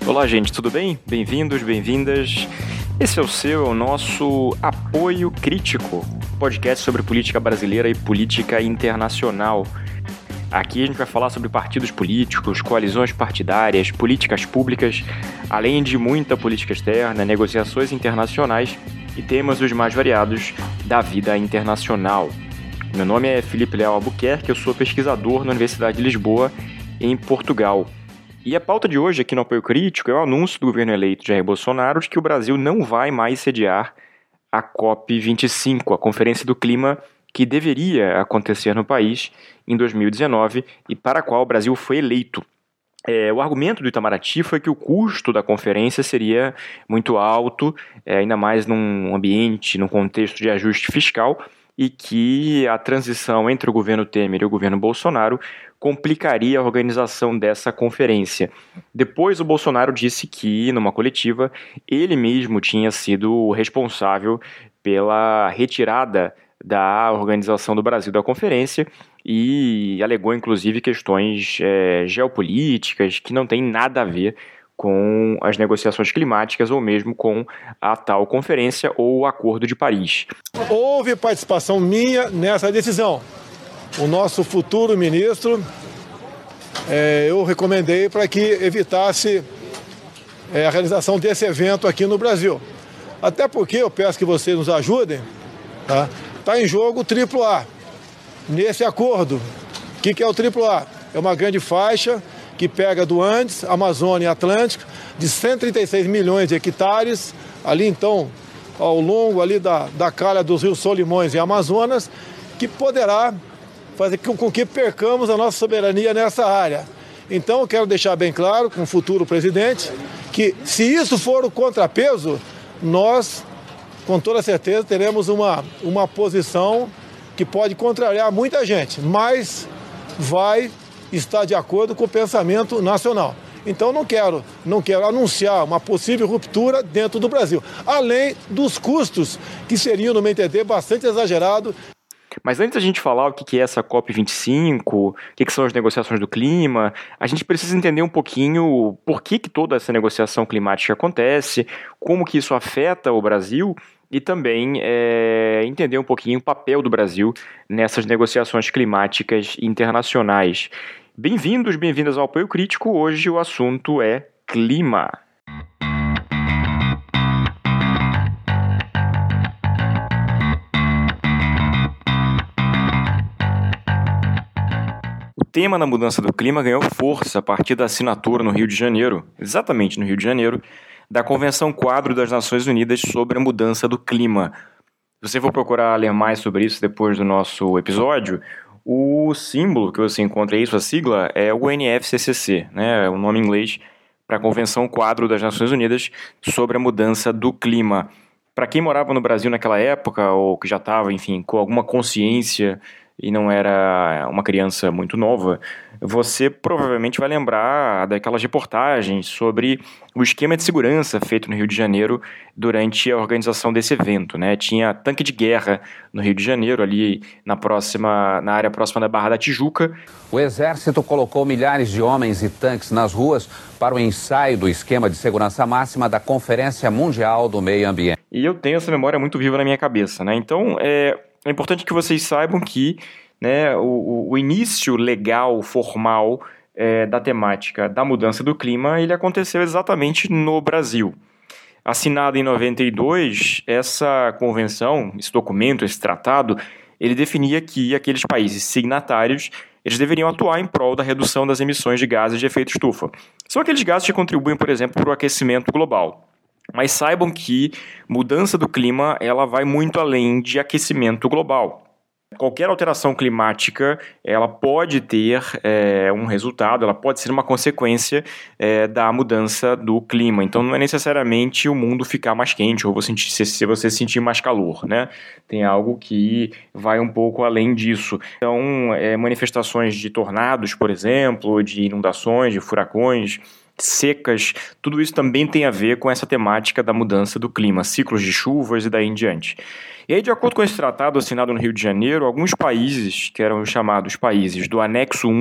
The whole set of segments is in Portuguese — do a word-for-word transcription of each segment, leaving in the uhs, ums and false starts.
Olá, gente, tudo bem? Bem-vindos, bem-vindas. Esse é o seu, é o nosso Apoio Crítico, podcast sobre política brasileira e política internacional. Aqui a gente vai falar sobre partidos políticos, coalizões partidárias, políticas públicas, além de muita política externa, negociações internacionais e temas os mais variados da vida internacional. Meu nome é Felipe Leal Albuquerque, eu sou pesquisador na Universidade de Lisboa, em Portugal. E a pauta de hoje aqui no Apoio Crítico é o anúncio do governo eleito Jair Bolsonaro de que o Brasil não vai mais sediar a COP vinte e cinco, a Conferência do Clima que deveria acontecer no país em dois mil e dezenove e para a qual o Brasil foi eleito. É, o argumento do Itamaraty foi que o custo da conferência seria muito alto, é, ainda mais num ambiente, num contexto de ajuste fiscal, e que a transição entre o governo Temer e o governo Bolsonaro complicaria a organização dessa conferência. Depois, o Bolsonaro disse que, numa coletiva, ele mesmo tinha sido responsável pela retirada da organização do Brasil da conferência e alegou, inclusive, questões é, geopolíticas que não têm nada a ver com as negociações climáticas ou mesmo com a tal conferência ou o Acordo de Paris. Houve participação minha nessa decisão. O nosso futuro ministro, é, eu recomendei para que evitasse é, a realização desse evento aqui no Brasil. Até porque eu peço que vocês nos ajudem, tá? Está em jogo o triplo A. Nesse acordo, o que, que é o triplo A? É uma grande faixa que pega do Andes, Amazônia e Atlântico, de cento e trinta e seis milhões de hectares, ali então, ao longo ali da, da calha dos rios Solimões e Amazonas, que poderá fazer com que percamos a nossa soberania nessa área. Então, eu quero deixar bem claro com o futuro presidente que, se isso for o contrapeso, nós, com toda certeza, teremos uma, uma posição que pode contrariar muita gente, mas vai estar de acordo com o pensamento nacional. Então, não quero, não quero anunciar uma possível ruptura dentro do Brasil, além dos custos que seriam, no meu entender, bastante exagerados. Mas antes da gente falar o que é essa COP vinte e cinco, o que são as negociações do clima, a gente precisa entender um pouquinho por que, que toda essa negociação climática acontece, como que isso afeta o Brasil e também é, entender um pouquinho o papel do Brasil nessas negociações climáticas internacionais. Bem-vindos, bem-vindas ao Apoio Crítico. Hoje o assunto é clima. O tema da mudança do clima ganhou força a partir da assinatura no Rio de Janeiro, exatamente no Rio de Janeiro, da Convenção Quadro das Nações Unidas sobre a Mudança do Clima. Se você for procurar ler mais sobre isso depois do nosso episódio, o símbolo que você encontra aí, sua sigla, é o N F C C C, né? O nome em inglês para a Convenção Quadro das Nações Unidas sobre a Mudança do Clima. Para quem morava no Brasil naquela época, ou que já estava, enfim, com alguma consciência e não era uma criança muito nova, você provavelmente vai lembrar daquelas reportagens sobre o esquema de segurança feito no Rio de Janeiro durante a organização desse evento, né? Tinha tanque de guerra no Rio de Janeiro, ali na, próxima, na área próxima da Barra da Tijuca. O Exército colocou milhares de homens e tanques nas ruas para o ensaio do esquema de segurança máxima da Conferência Mundial do Meio Ambiente. E eu tenho essa memória muito viva na minha cabeça, né? Então, é... É importante que vocês saibam que, né, o, o início legal, formal é, da temática da mudança do clima, ele aconteceu exatamente no Brasil. Assinado em noventa e dois, essa convenção, esse documento, esse tratado, ele definia que aqueles países signatários eles deveriam atuar em prol da redução das emissões de gases de efeito estufa. São aqueles gases que contribuem, por exemplo, para o aquecimento global. Mas saibam que mudança do clima ela vai muito além de aquecimento global. Qualquer alteração climática ela pode ter é, um resultado, ela pode ser uma consequência é, da mudança do clima. Então não é necessariamente o mundo ficar mais quente ou você, se você sentir mais calor, né? Tem algo que vai um pouco além disso. Então é, manifestações de tornados, por exemplo, de inundações, de furacões, secas, tudo isso também tem a ver com essa temática da mudança do clima, ciclos de chuvas e daí em diante. E aí, de acordo com esse tratado assinado no Rio de Janeiro, alguns países, que eram os chamados países do anexo um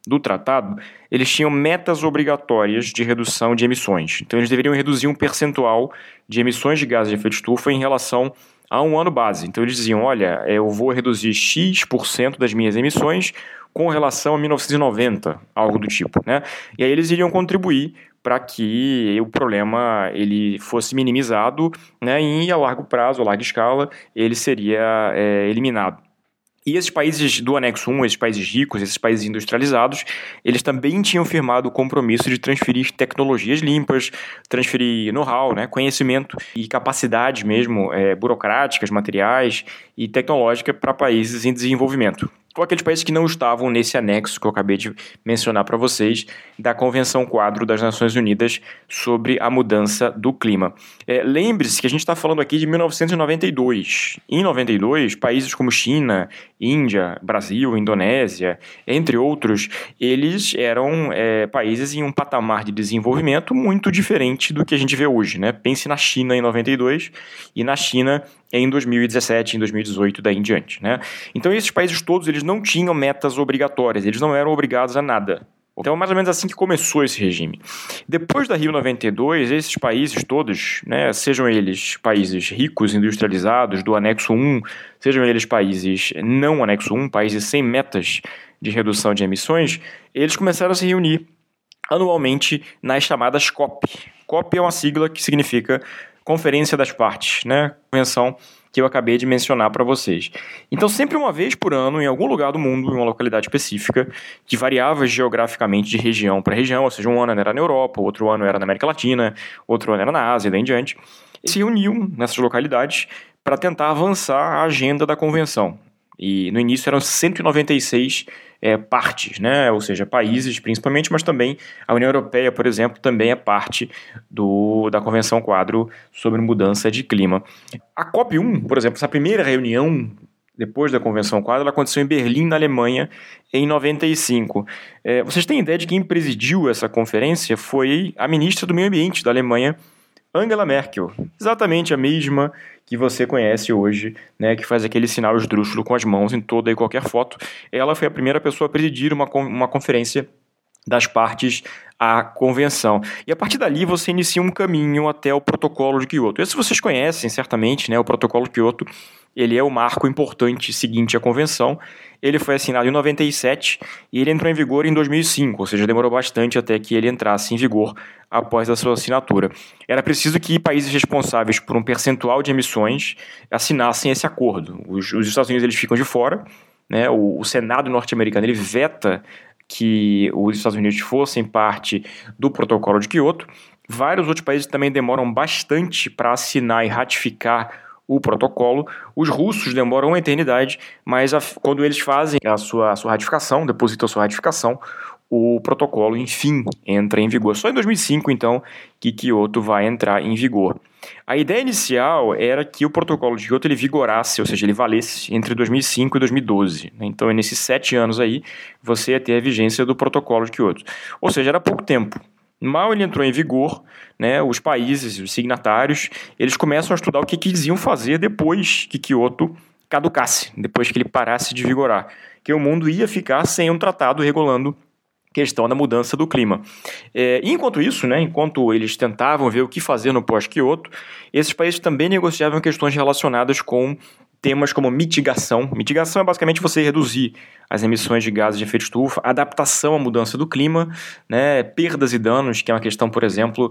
do tratado, eles tinham metas obrigatórias de redução de emissões. Então, eles deveriam reduzir um percentual de emissões de gases de efeito estufa em relação a um ano base. Então, eles diziam, olha, eu vou reduzir X% das minhas emissões com relação a mil novecentos e noventa, algo do tipo, né? E aí eles iriam contribuir para que o problema ele fosse minimizado, né, e a largo prazo, a larga escala, ele seria é, eliminado. E esses países do anexo um, esses países ricos, esses países industrializados, eles também tinham firmado o compromisso de transferir tecnologias limpas, transferir know-how, né, conhecimento e capacidades mesmo é, burocráticas, materiais e tecnológicas para países em desenvolvimento. Ou aqueles países que não estavam nesse anexo que eu acabei de mencionar para vocês da Convenção Quadro das Nações Unidas sobre a Mudança do Clima. É, lembre-se que a gente está falando aqui de mil novecentos e noventa e dois. Em noventa e dois, países como China, Índia, Brasil, Indonésia, entre outros, eles eram é, países em um patamar de desenvolvimento muito diferente do que a gente vê hoje, né? Pense na China em noventa e dois e na China em dois mil e dezessete, em dois mil e dezoito, daí em diante, né? Então, esses países todos, eles não tinham metas obrigatórias, eles não eram obrigados a nada. Então, é mais ou menos assim que começou esse regime. Depois da Rio noventa e dois, esses países todos, né, sejam eles países ricos, industrializados, do anexo um, sejam eles países não anexo um, países sem metas de redução de emissões, eles começaram a se reunir anualmente nas chamadas COP. COP é uma sigla que significa Conferência das Partes, né? Convenção que eu acabei de mencionar para vocês. Então, sempre uma vez por ano, em algum lugar do mundo, em uma localidade específica, que variava geograficamente de região para região, ou seja, um ano era na Europa, outro ano era na América Latina, outro ano era na Ásia e daí em diante, eles se reuniam nessas localidades para tentar avançar a agenda da convenção. E no início eram cento e noventa e seis é, partes, né? Ou seja, países principalmente, mas também a União Europeia, por exemplo, também é parte do, da Convenção Quadro sobre Mudança de Clima. A COP um, por exemplo, essa primeira reunião depois da Convenção Quadro, ela aconteceu em Berlim, na Alemanha, em noventa e cinco. É, vocês têm ideia de quem presidiu essa conferência? Foi a ministra do Meio Ambiente da Alemanha, Angela Merkel, exatamente a mesma que você conhece hoje, né, que faz aquele sinal esdrúxulo com as mãos em toda e qualquer foto. Ela foi a primeira pessoa a presidir uma, uma conferência das partes à convenção. E a partir dali você inicia um caminho até o Protocolo de Kyoto. Esse vocês conhecem certamente, né, o Protocolo de Kyoto, ele é o marco importante seguinte à convenção. Ele foi assinado em noventa e sete e ele entrou em vigor em dois mil e cinco, ou seja, demorou bastante até que ele entrasse em vigor após a sua assinatura. Era preciso que países responsáveis por um percentual de emissões assinassem esse acordo. Os, os Estados Unidos eles ficam de fora, né? o, o Senado norte-americano ele veta que os Estados Unidos fossem parte do Protocolo de Kyoto. Vários outros países também demoram bastante para assinar e ratificar o protocolo. Os russos demoram uma eternidade, mas a, quando eles fazem a sua, a sua ratificação, depositam a sua ratificação, o protocolo, enfim, entra em vigor. Só em dois mil e cinco, então, que Kyoto vai entrar em vigor. A ideia inicial era que o protocolo de Kyoto ele vigorasse, ou seja, ele valesse entre dois mil e cinco e dois mil e doze. Então, nesses sete anos aí, você ia ter a vigência do protocolo de Kyoto. Ou seja, era pouco tempo. Mal ele entrou em vigor, né, os países, os signatários, eles começam a estudar o que, que eles iam fazer depois que Kyoto caducasse, depois que ele parasse de vigorar. Que o mundo ia ficar sem um tratado regulando a questão da mudança do clima. É, e enquanto isso, né, enquanto eles tentavam ver o que fazer no pós-Kyoto, esses países também negociavam questões relacionadas com temas como mitigação. Mitigação é basicamente você reduzir as emissões de gases de efeito estufa, adaptação à mudança do clima, né, perdas e danos, que é uma questão, por exemplo,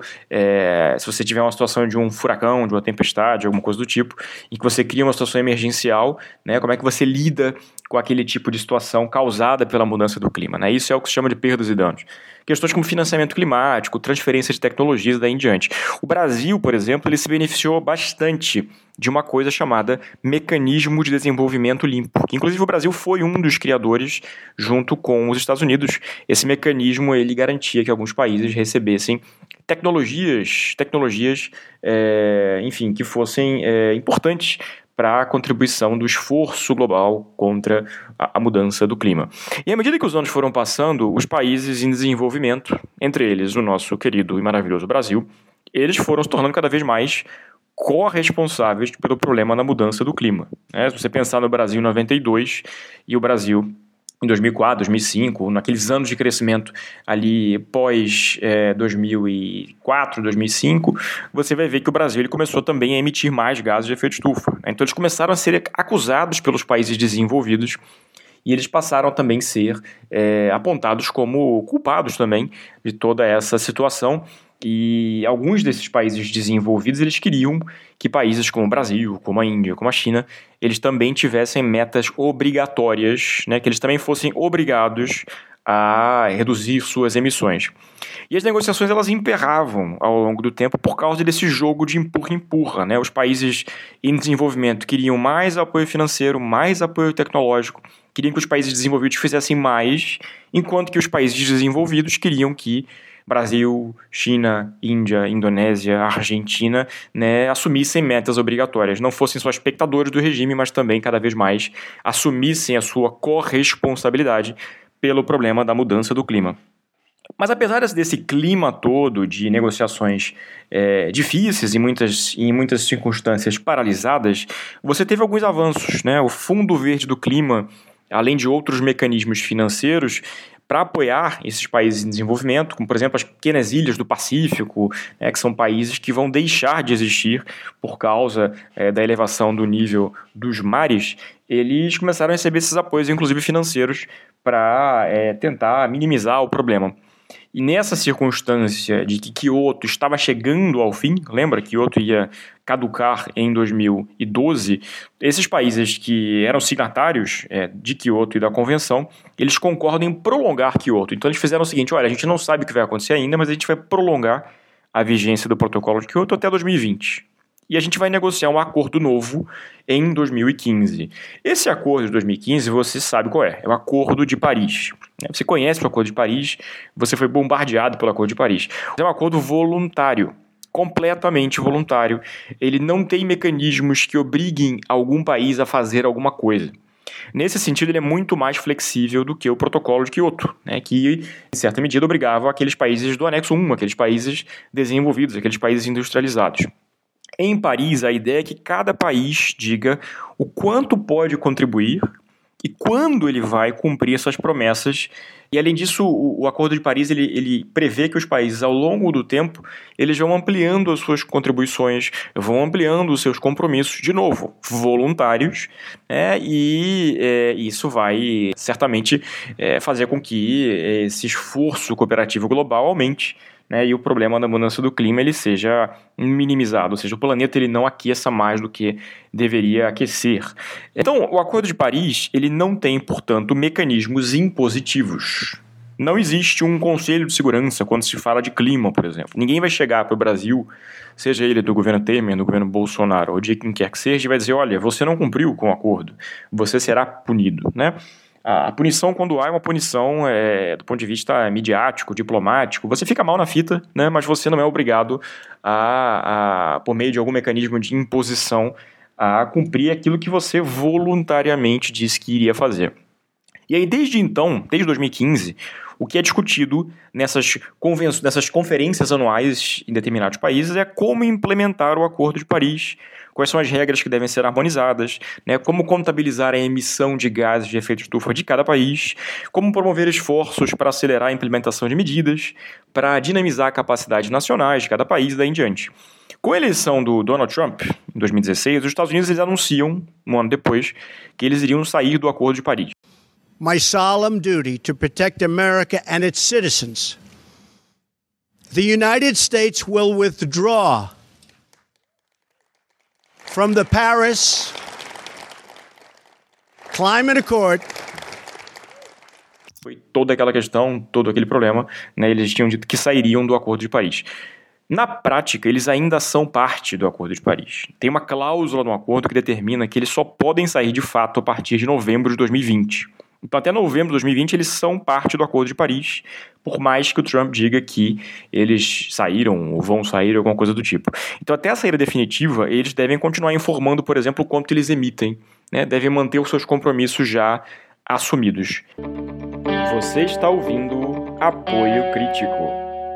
é, se você tiver uma situação de um furacão, de uma tempestade, alguma coisa do tipo, em que você cria uma situação emergencial, né, como é que você lida com aquele tipo de situação causada pela mudança do clima, né? Isso é o que se chama de perdas e danos. Questões como financiamento climático, transferência de tecnologias, daí em diante. O Brasil, por exemplo, ele se beneficiou bastante de uma coisa chamada Mecanismo de Desenvolvimento Limpo, que inclusive o Brasil foi um dos criadores junto com os Estados Unidos. Esse mecanismo ele garantia que alguns países recebessem tecnologias, tecnologias é, enfim, que fossem é, importantes para a contribuição do esforço global contra a, a mudança do clima. E à medida que os anos foram passando, os países em desenvolvimento, entre eles o nosso querido e maravilhoso Brasil, eles foram se tornando cada vez mais corresponsáveis pelo problema da mudança do clima. Né? Se você pensar no Brasil em noventa e dois e o Brasil em dois mil e quatro, dois mil e cinco, naqueles anos de crescimento ali pós é, dois mil e quatro, dois mil e cinco, você vai ver que o Brasil ele começou também a emitir mais gases de efeito estufa. Então eles começaram a ser acusados pelos países desenvolvidos e eles passaram a também ser é, apontados como culpados também de toda essa situação. E alguns desses países desenvolvidos, eles queriam que países como o Brasil, como a Índia, como a China, eles também tivessem metas obrigatórias, né, que eles também fossem obrigados a reduzir suas emissões. E as negociações elas emperravam ao longo do tempo por causa desse jogo de empurra-empurra, né? Os países em desenvolvimento queriam mais apoio financeiro, mais apoio tecnológico, queriam que os países desenvolvidos fizessem mais, enquanto que os países desenvolvidos queriam que Brasil, China, Índia, Indonésia, Argentina, né, assumissem metas obrigatórias, não fossem só espectadores do regime, mas também cada vez mais assumissem a sua corresponsabilidade pelo problema da mudança do clima. Mas apesar desse clima todo de negociações é, difíceis e muitas, em muitas circunstâncias paralisadas, você teve alguns avanços, né? O Fundo Verde do Clima, além de outros mecanismos financeiros, para apoiar esses países em desenvolvimento, como por exemplo as pequenas ilhas do Pacífico, né, que são países que vão deixar de existir por causa é, da elevação do nível dos mares, eles começaram a receber esses apoios, inclusive financeiros, para é, tentar minimizar o problema. E nessa circunstância de que Kyoto estava chegando ao fim, lembra que Kyoto ia caducar em dois mil e doze, esses países que eram signatários é, de Kyoto e da Convenção, eles concordam em prolongar Kyoto. Então eles fizeram o seguinte, olha, a gente não sabe o que vai acontecer ainda, mas a gente vai prolongar a vigência do protocolo de Kyoto até dois mil e vinte. E a gente vai negociar um acordo novo em dois mil e quinze. Esse acordo de dois mil e quinze, você sabe qual é, é o Acordo de Paris. Você conhece o Acordo de Paris, você foi bombardeado pelo Acordo de Paris. É um acordo voluntário, completamente voluntário. Ele não tem mecanismos que obriguem algum país a fazer alguma coisa. Nesse sentido, ele é muito mais flexível do que o protocolo de Kyoto, né, que, em certa medida, obrigava aqueles países do anexo um, aqueles países desenvolvidos, aqueles países industrializados. Em Paris, a ideia é que cada país diga o quanto pode contribuir e quando ele vai cumprir suas promessas. E, além disso, o, o Acordo de Paris ele, ele prevê que os países, ao longo do tempo, eles vão ampliando as suas contribuições, vão ampliando os seus compromissos, de novo, voluntários, né, e é, isso vai, certamente, é, fazer com que esse esforço cooperativo global aumente, né, e o problema da mudança do clima ele seja minimizado, ou seja, o planeta ele não aqueça mais do que deveria aquecer. Então, o Acordo de Paris ele não tem, portanto, mecanismos impositivos. Não existe um conselho de segurança quando se fala de clima, por exemplo. Ninguém vai chegar para o Brasil, seja ele do governo Temer, do governo Bolsonaro, ou de quem quer que seja, e vai dizer, olha, você não cumpriu com o acordo, você será punido, né? A punição, quando há, é uma punição é, do ponto de vista midiático, diplomático. Você fica mal na fita, né, mas você não é obrigado, a, a, por meio de algum mecanismo de imposição, a cumprir aquilo que você voluntariamente disse que iria fazer. E aí, desde então, desde dois mil e quinze, o que é discutido nessas, conven- nessas conferências anuais em determinados países é como implementar o Acordo de Paris, quais são as regras que devem ser harmonizadas, né, como contabilizar a emissão de gases de efeito estufa de cada país, como promover esforços para acelerar a implementação de medidas, para dinamizar a capacidade nacionais de cada país e daí em diante. Com a eleição do Donald Trump, em dois mil e dezesseis, os Estados Unidos eles anunciam, um ano depois, que eles iriam sair do Acordo de Paris. My solemn duty to protect America and its citizens. The United States will withdraw from the Paris Climate Accord. Foi toda aquela questão, todo aquele problema, né? Eles tinham dito que sairiam do Acordo de Paris. Na prática, eles ainda são parte do Acordo de Paris. Tem uma cláusula no acordo que determina que eles só podem sair de fato a partir de novembro de dois mil e vinte. Então, até novembro de dois mil e vinte, eles são parte do Acordo de Paris, por mais que o Trump diga que eles saíram ou vão sair, alguma coisa do tipo. Então, até a saída definitiva, eles devem continuar informando, por exemplo, o quanto eles emitem, né? Devem manter os seus compromissos já assumidos. Você está ouvindo Apoio Crítico.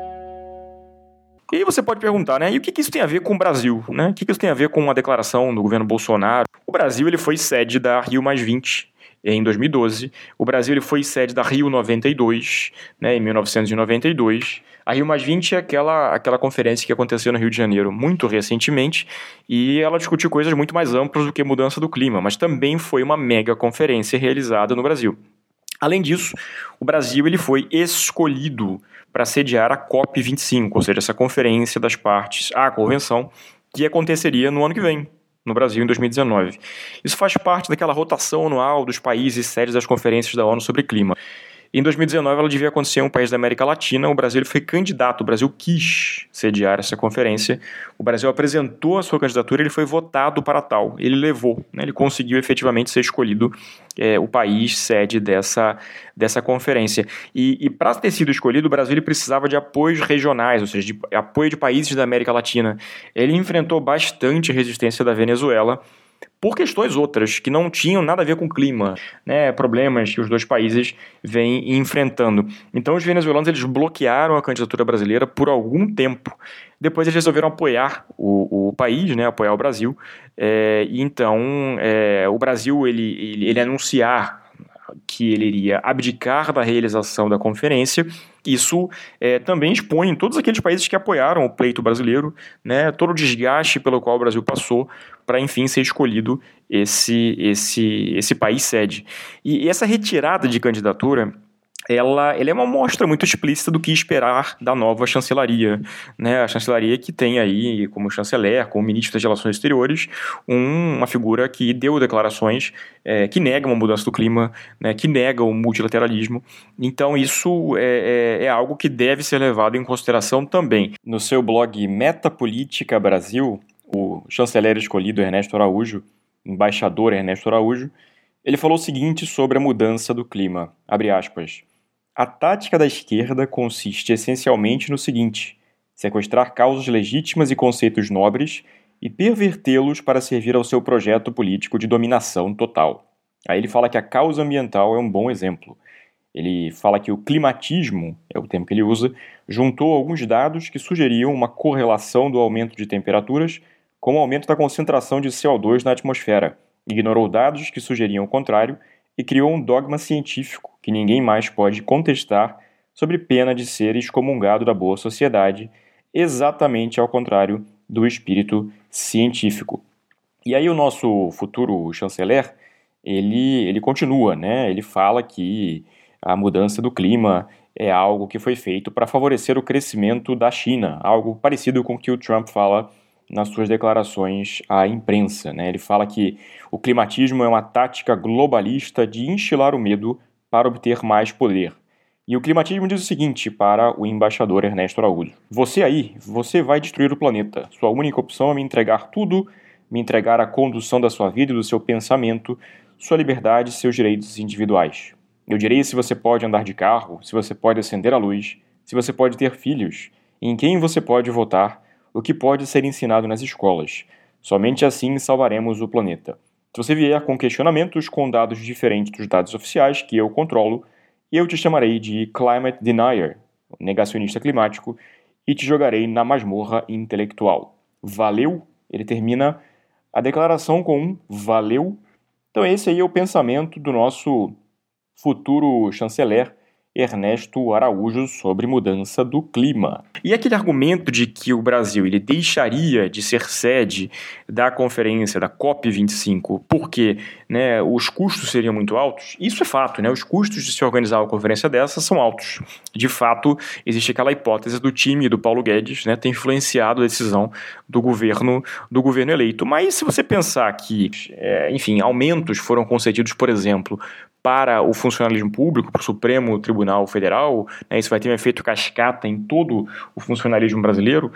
E aí você pode perguntar, né? E o que isso tem a ver com o Brasil? Né? O que isso tem a ver com a declaração do governo Bolsonaro? O Brasil ele foi sede da Rio mais vinte, em dois mil e doze. O Brasil ele foi sede da Rio noventa e dois, né, em mil novecentos e noventa e dois. A Rio mais vinte é aquela, aquela conferência que aconteceu no Rio de Janeiro muito recentemente, e ela discutiu coisas muito mais amplas do que mudança do clima, mas também foi uma mega conferência realizada no Brasil. Além disso, o Brasil ele foi escolhido para sediar a COP vinte e cinco, ou seja, essa conferência das partes à convenção, que aconteceria no ano que vem, no Brasil, em dois mil e dezenove. Isso faz parte daquela rotação anual dos países sedes das conferências da ONU sobre clima. Em dois mil e dezenove, ela devia acontecer em um país da América Latina. O Brasil foi candidato, o Brasil quis sediar essa conferência. O Brasil apresentou a sua candidatura e ele foi votado para tal. Ele levou, né? Ele conseguiu efetivamente ser escolhido é, o país sede dessa, dessa conferência. E, e para ter sido escolhido, o Brasil ele precisava de apoios regionais, ou seja, de apoio de países da América Latina. Ele enfrentou bastante resistência da Venezuela, por questões outras, que não tinham nada a ver com o clima, né, problemas que os dois países vêm enfrentando. Então os venezuelanos eles bloquearam a candidatura brasileira por algum tempo. Depois eles resolveram apoiar o, o país, né, apoiar o Brasil, é, e então é, o Brasil ele, ele, ele anunciar que ele iria abdicar da realização da conferência. Isso é, também expõe todos aqueles países que apoiaram o pleito brasileiro, né, todo o desgaste pelo qual o Brasil passou para, enfim, ser escolhido esse, esse, esse país sede. E, e essa retirada de candidatura, ela, ela é uma mostra muito explícita do que esperar da nova chancelaria, né? A chancelaria que tem aí como chanceler, como ministro das Relações Exteriores, um, uma figura que deu declarações é, que negam a mudança do clima, né? Que negam o multilateralismo. Então isso é, é, é algo que deve ser levado em consideração também. No seu blog Metapolítica Brasil, o chanceler escolhido Ernesto Araújo, embaixador Ernesto Araújo, ele falou o seguinte sobre a mudança do clima, abre aspas: a tática da esquerda consiste essencialmente no seguinte: sequestrar causas legítimas e conceitos nobres e pervertê-los para servir ao seu projeto político de dominação total. Aí ele fala que a causa ambiental é um bom exemplo. Ele fala que o climatismo, é o termo que ele usa, juntou alguns dados que sugeriam uma correlação do aumento de temperaturas com o aumento da concentração de C O dois na atmosfera, ignorou dados que sugeriam o contrário e criou um dogma científico que ninguém mais pode contestar, sob pena de ser excomungado da boa sociedade, exatamente ao contrário do espírito científico. E aí o nosso futuro chanceler, ele, ele continua, né? Ele fala que a mudança do clima é algo que foi feito para favorecer o crescimento da China, algo parecido com o que o Trump fala nas suas declarações à imprensa, né? Ele fala que o climatismo é uma tática globalista de instilar o medo para obter mais poder. E o climatismo diz o seguinte para o embaixador Ernesto Araújo: você aí, você vai destruir o planeta. Sua única opção é me entregar tudo, me entregar a condução da sua vida e do seu pensamento, sua liberdade e seus direitos individuais. Eu direi se você pode andar de carro, se você pode acender a luz, se você pode ter filhos, em quem você pode votar, o que pode ser ensinado nas escolas. Somente assim salvaremos o planeta. Se você vier com questionamentos com dados diferentes dos dados oficiais que eu controlo, eu te chamarei de climate denier, negacionista climático, e te jogarei na masmorra intelectual. Valeu? Ele termina a declaração com um valeu. Então esse aí é o pensamento do nosso futuro chanceler Ernesto Araújo sobre mudança do clima. E aquele argumento de que o Brasil ele deixaria de ser sede da conferência da COP vinte e cinco porque, né, os custos seriam muito altos, isso é fato, né? Os custos de se organizar uma conferência dessa são altos. De fato, existe aquela hipótese do time do Paulo Guedes, né, ter influenciado a decisão do governo, do governo eleito. Mas se você pensar que, é, enfim, aumentos foram concedidos, por exemplo, para o funcionalismo público, para o Supremo Tribunal Federal, né, isso vai ter um efeito cascata em todo o funcionalismo brasileiro,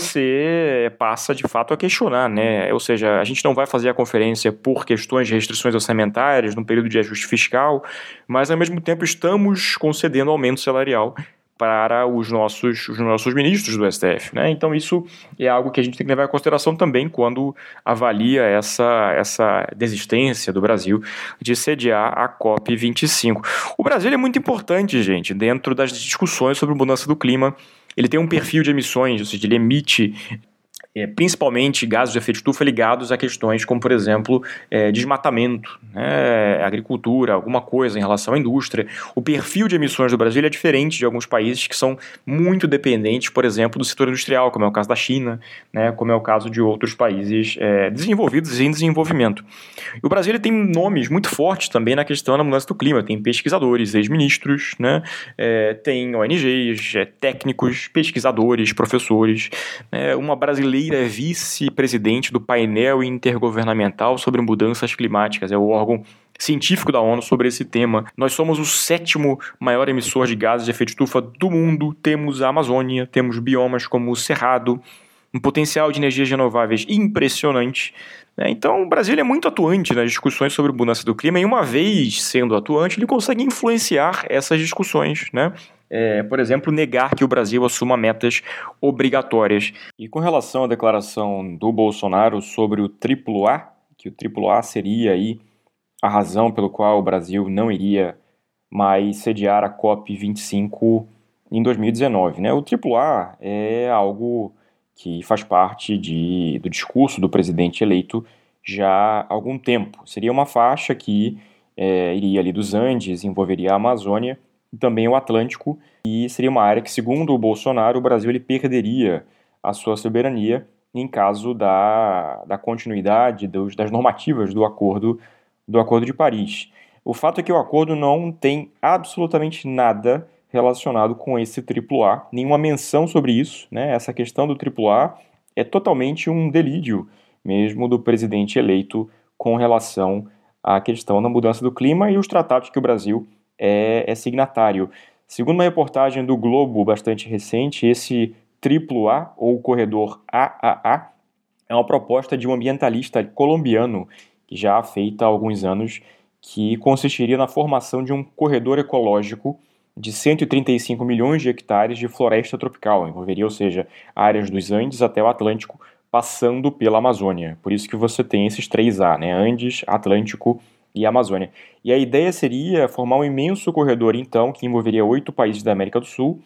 você passa de fato a questionar, né? Ou seja, a gente não vai fazer a conferência por questões de restrições orçamentárias, num período de ajuste fiscal, mas ao mesmo tempo estamos concedendo aumento salarial para os nossos, os nossos ministros do S T F, né? Então isso é algo que a gente tem que levar em consideração também quando avalia essa, essa desistência do Brasil de sediar a COP vinte e cinco. O Brasil é muito importante, gente, dentro das discussões sobre mudança do clima. Ele tem um perfil de emissões, ou seja, ele emite É, principalmente gases de efeito estufa ligados a questões como, por exemplo, é, desmatamento, né, agricultura, alguma coisa em relação à indústria. O perfil de emissões do Brasil é diferente de alguns países que são muito dependentes, por exemplo, do setor industrial, como é o caso da China, né, como é o caso de outros países é, desenvolvidos e em desenvolvimento. E o Brasil ele tem nomes muito fortes também na questão da mudança do clima. Tem pesquisadores, ex-ministros, né, é, tem O N Gs, é, técnicos, pesquisadores, professores, é, uma brasileira é vice-presidente do painel intergovernamental sobre mudanças climáticas, é o órgão científico da ONU sobre esse tema. Nós somos o sétimo maior emissor de gases de efeito estufa do mundo, temos a Amazônia, temos biomas como o Cerrado, um potencial de energias renováveis impressionante. Então o Brasil é muito atuante nas discussões sobre mudança do clima e uma vez sendo atuante, ele consegue influenciar essas discussões, né? É, por exemplo, negar que o Brasil assuma metas obrigatórias. E com relação à declaração do Bolsonaro sobre o triplo A, que o triplo A seria aí a razão pelo qual o Brasil não iria mais sediar a COP vinte e cinco em dois mil e dezenove, né? O triplo A é algo que faz parte de, do discurso do presidente eleito já há algum tempo. Seria uma faixa que é, iria ali dos Andes, envolveria a Amazônia e também o Atlântico, e seria uma área que, segundo o Bolsonaro, o Brasil ele perderia a sua soberania em caso da, da continuidade dos, das normativas do acordo, do Acordo de Paris. O fato é que o acordo não tem absolutamente nada relacionado com esse triplo A, nenhuma menção sobre isso, né? Essa questão do triplo A é totalmente um delírio mesmo do presidente eleito com relação à questão da mudança do clima e os tratados que o Brasil é, é signatário. Segundo uma reportagem do Globo bastante recente, esse triplo A, ou corredor A A A, é uma proposta de um ambientalista colombiano que já feita há alguns anos, que consistiria na formação de um corredor ecológico de cento e trinta e cinco milhões de hectares de floresta tropical, envolveria, ou seja, áreas dos Andes até o Atlântico, passando pela Amazônia. Por isso que você tem esses três A, né? Andes, Atlântico e Amazônia. E a ideia seria formar um imenso corredor, então, que envolveria oito países da América do Sul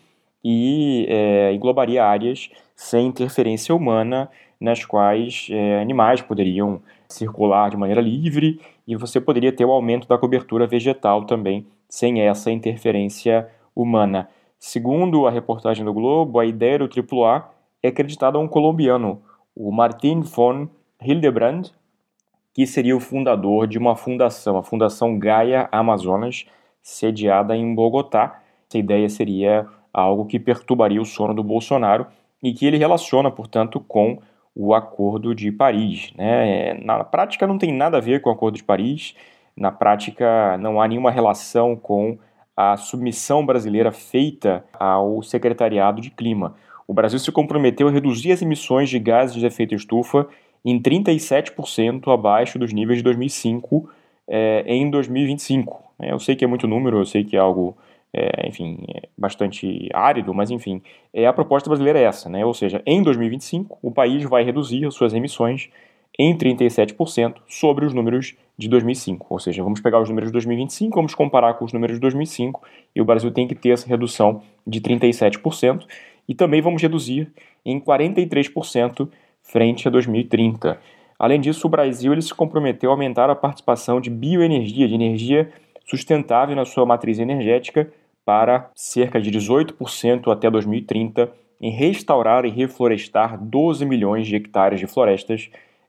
e é, englobaria áreas sem interferência humana, nas quais é, animais poderiam circular de maneira livre e você poderia ter o aumento da cobertura vegetal também, sem essa interferência humana. Segundo a reportagem do Globo, a ideia do triplo A é acreditada a um colombiano, o Martín von Hildebrand, que seria o fundador de uma fundação, a Fundação Gaia Amazonas, sediada em Bogotá. Essa ideia seria algo que perturbaria o sono do Bolsonaro e que ele relaciona, portanto, com o Acordo de Paris, né? Na prática não tem nada a ver com o Acordo de Paris, na prática não há nenhuma relação com a submissão brasileira feita ao Secretariado de Clima. O Brasil se comprometeu a reduzir as emissões de gases de efeito estufa em trinta e sete por cento abaixo dos níveis de dois mil e cinco eh, em dois mil e vinte e cinco. Eu sei que é muito número, eu sei que é algo É, enfim, é bastante árido, mas enfim, é, a proposta brasileira é essa, né? Ou seja, em dois mil e vinte e cinco, o país vai reduzir as suas emissões em trinta e sete por cento sobre os números de dois mil e cinco. Ou seja, vamos pegar os números de dois mil e vinte e cinco, vamos comparar com os números de dois mil e cinco, e o Brasil tem que ter essa redução de trinta e sete por cento, e também vamos reduzir em quarenta e três por cento frente a dois mil e trinta. Além disso, o Brasil ele se comprometeu a aumentar a participação de bioenergia, de energia sustentável na sua matriz energética, para cerca de dezoito por cento até dois mil e trinta, em restaurar e reflorestar doze milhões de hectares de florestas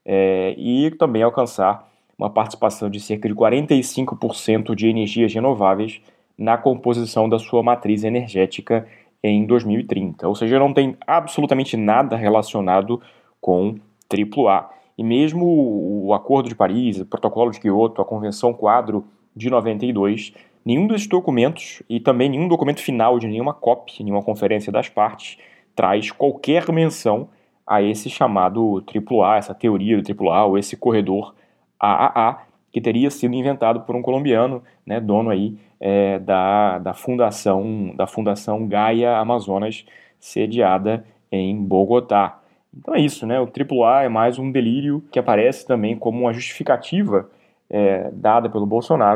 é, e também alcançar uma participação de cerca de quarenta e cinco por cento de energias renováveis na composição da sua matriz energética em dois mil e trinta. Ou seja, não tem absolutamente nada relacionado com triplo A. E mesmo o Acordo de Paris, o Protocolo de Quioto, a Convenção Quadro de noventa e dois, nenhum desses documentos e também nenhum documento final de nenhuma COP, nenhuma conferência das partes, traz qualquer menção a esse chamado triplo A, essa teoria do triplo A, ou esse corredor A A A, que teria sido inventado por um colombiano, né, dono aí é, da, da, fundação, da Fundação Gaia Amazonas, sediada em Bogotá. Então é isso, né? O triplo A é mais um delírio que aparece também como uma justificativa é, dada pelo Bolsonaro,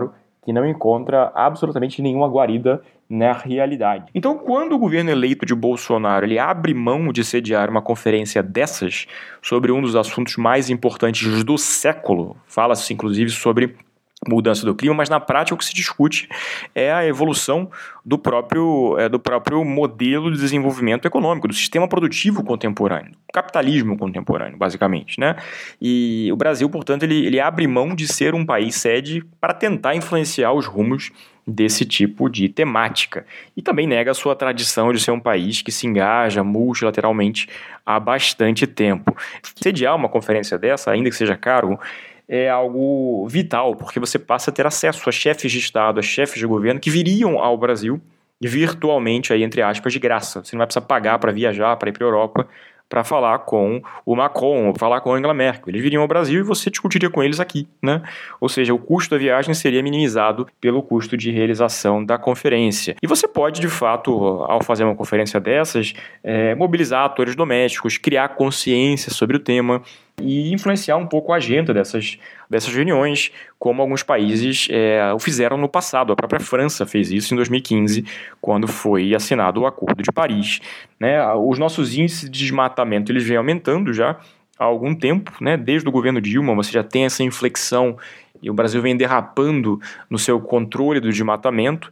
que não encontra absolutamente nenhuma guarida na realidade. Então, quando o governo eleito de Bolsonaro ele abre mão de sediar uma conferência dessas sobre um dos assuntos mais importantes do século, fala-se inclusive sobre mudança do clima, mas na prática o que se discute é a evolução do próprio, é, do próprio modelo de desenvolvimento econômico, do sistema produtivo contemporâneo, do capitalismo contemporâneo, basicamente, né? E o Brasil, portanto, ele, ele abre mão de ser um país sede para tentar influenciar os rumos desse tipo de temática. E também nega a sua tradição de ser um país que se engaja multilateralmente há bastante tempo. Sediar uma conferência dessa, ainda que seja caro, é algo vital, porque você passa a ter acesso a chefes de Estado, a chefes de governo que viriam ao Brasil virtualmente, aí, entre aspas, de graça. Você não vai precisar pagar para viajar, para ir para a Europa, para falar com o Macron, falar com a Angela Merkel. Eles viriam ao Brasil e você discutiria com eles aqui, né? Ou seja, o custo da viagem seria minimizado pelo custo de realização da conferência. E você pode, de fato, ao fazer uma conferência dessas, é, mobilizar atores domésticos, criar consciência sobre o tema e influenciar um pouco a agenda dessas, dessas reuniões, como alguns países é, o fizeram no passado. A própria França fez isso em dois mil e quinze, quando foi assinado o Acordo de Paris, né? Os nossos índices de desmatamento eles vêm aumentando já há algum tempo, né? Desde o governo Dilma você já tem essa inflexão e o Brasil vem derrapando no seu controle do desmatamento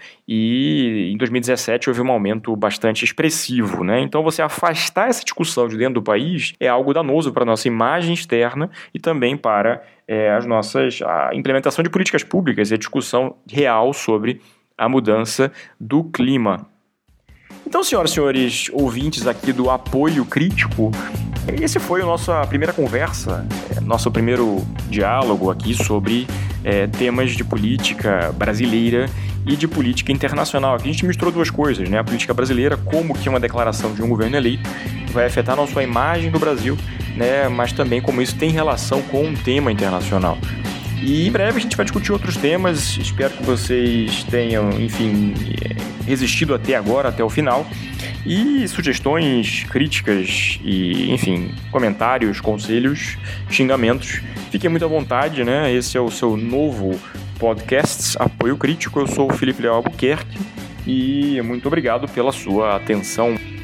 e em dois mil e dezessete houve um aumento bastante expressivo, né? Então você afastar essa discussão de dentro do país é algo danoso para a nossa imagem externa e também para é, as nossas, a implementação de políticas públicas e a discussão real sobre a mudança do clima. Então, senhoras e senhores ouvintes aqui do Apoio Crítico, esse foi a nossa primeira conversa, nosso primeiro diálogo aqui sobre é, temas de política brasileira e de política internacional. Aqui a gente misturou duas coisas, né? A política brasileira, como que uma declaração de um governo eleito vai afetar não só a imagem do Brasil, né? Mas também como isso tem relação com um tema internacional. E em breve a gente vai discutir outros temas, espero que vocês tenham, enfim, resistido até agora, até o final. E sugestões, críticas e, enfim, comentários, conselhos, xingamentos, fiquem muito à vontade, né? Esse é o seu novo podcast Apoio Crítico. Eu sou o Felipe Leal Albuquerque e muito obrigado pela sua atenção.